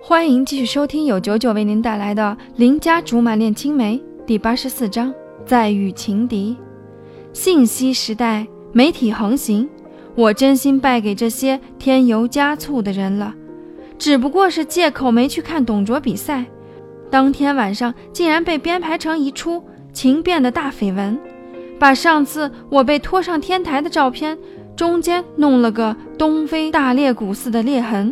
欢迎继续收听由99为您带来的《邻家竹马恋青梅》第84章再遇情敌。信息时代，媒体横行，我真心败给这些添油加醋的人了，只不过是借口没去看董卓比赛，当天晚上竟然被编排成一出情变的大绯闻，把上次我被拖上天台的照片中间弄了个东非大裂谷似的裂痕，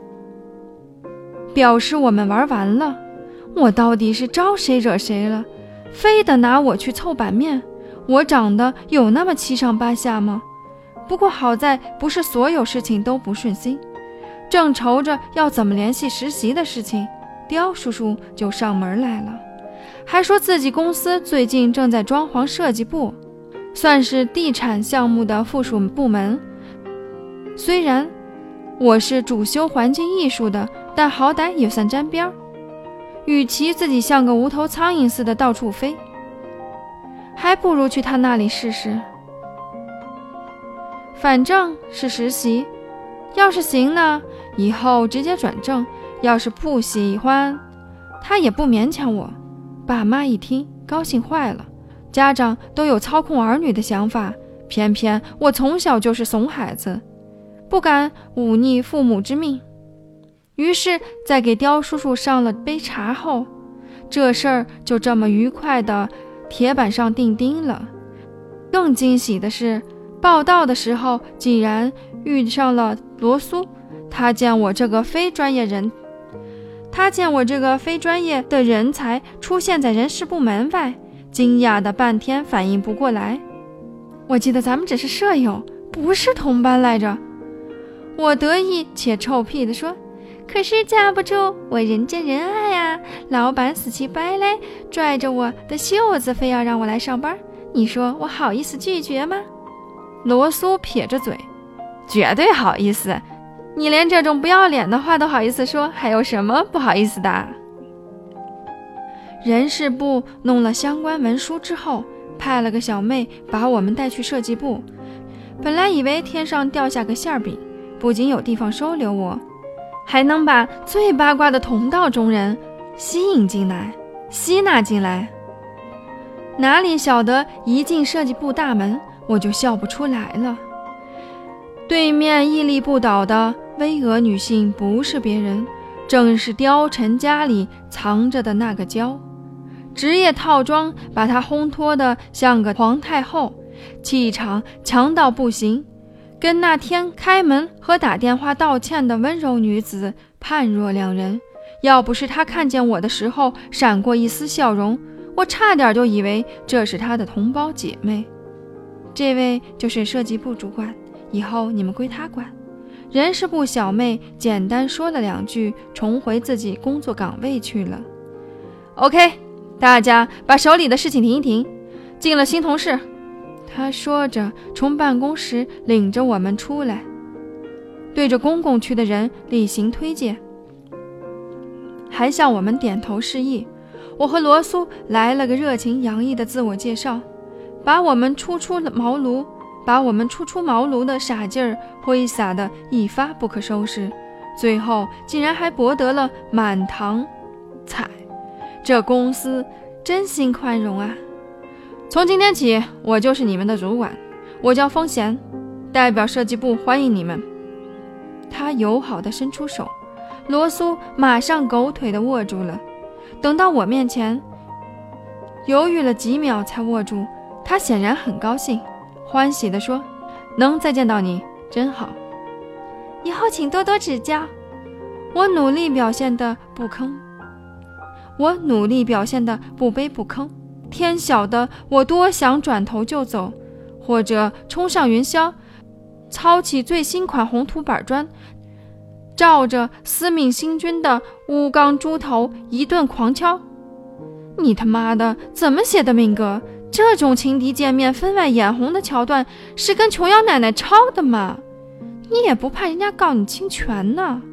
表示我们玩完了。我到底是招谁惹谁了，非得拿我去凑版面？我长得有那么七上八下吗？不过好在不是所有事情都不顺心，正愁着要怎么联系实习的事情，刁叔叔就上门来了，还说自己公司最近正在装潢设计部，算是地产项目的附属部门。虽然我是主修环境艺术的，但好歹也算沾边儿，与其自己像个无头苍蝇似的到处飞，还不如去他那里试试。反正是实习，要是行呢，以后直接转正，要是不喜欢，他也不勉强我。爸妈一听高兴坏了，家长都有操控儿女的想法，偏偏我从小就是怂孩子，不敢忤逆父母之命。于是在给刁叔叔上了杯茶后，这事儿就这么愉快的铁板上钉钉了。更惊喜的是，报道的时候竟然遇上了罗苏，他见我这个非专业的人才出现在人事部门外，惊讶的半天反应不过来。我记得咱们只是舍友，不是同班来着。我得意且臭屁地说，可是架不住我人见人爱啊，老板死乞白赖拽着我的袖子非要让我来上班，你说我好意思拒绝吗？罗苏撇着嘴，绝对好意思，你连这种不要脸的话都好意思说，还有什么不好意思的？人事部弄了相关文书之后，派了个小妹把我们带去设计部，本来以为天上掉下个馅饼，不仅有地方收留我，还能把最八卦的同道中人吸纳进来。哪里晓得一进设计部大门，我就笑不出来了。对面屹立不倒的巍峨女性不是别人，正是貂蝉家里藏着的那个娇。职业套装把她烘托得像个皇太后，气场强到不行，跟那天开门和打电话道歉的温柔女子判若两人。要不是她看见我的时候闪过一丝笑容，我差点就以为这是她的同胞姐妹。这位就是设计部主管，以后你们归他管。人事部小妹简单说了两句，重回自己工作岗位去了。 OK， 大家把手里的事情停一停，进了新同事。他说着从办公室领着我们出来，对着公共区的人例行推荐，还向我们点头示意。我和罗苏来了个热情洋溢的自我介绍，把我们初出茅庐的傻劲儿挥洒得一发不可收拾，最后竟然还博得了满堂彩。这公司真心宽容啊！从今天起，我就是你们的主管，我叫风贤，代表设计部欢迎你们。他友好地伸出手，罗苏马上狗腿地握住了，等到我面前，犹豫了几秒才握住。他显然很高兴，欢喜地说，能再见到你真好，以后请多多指教。我努力表现得不卑不吭，天晓得我多想转头就走，或者冲上云霄，操起最新款红土板砖，照着司命星君的乌钢猪头一顿狂敲。你他妈的怎么写的命格？这种情敌见面分外眼红的桥段是跟琼瑶奶奶抄的吗？你也不怕人家告你侵权呢？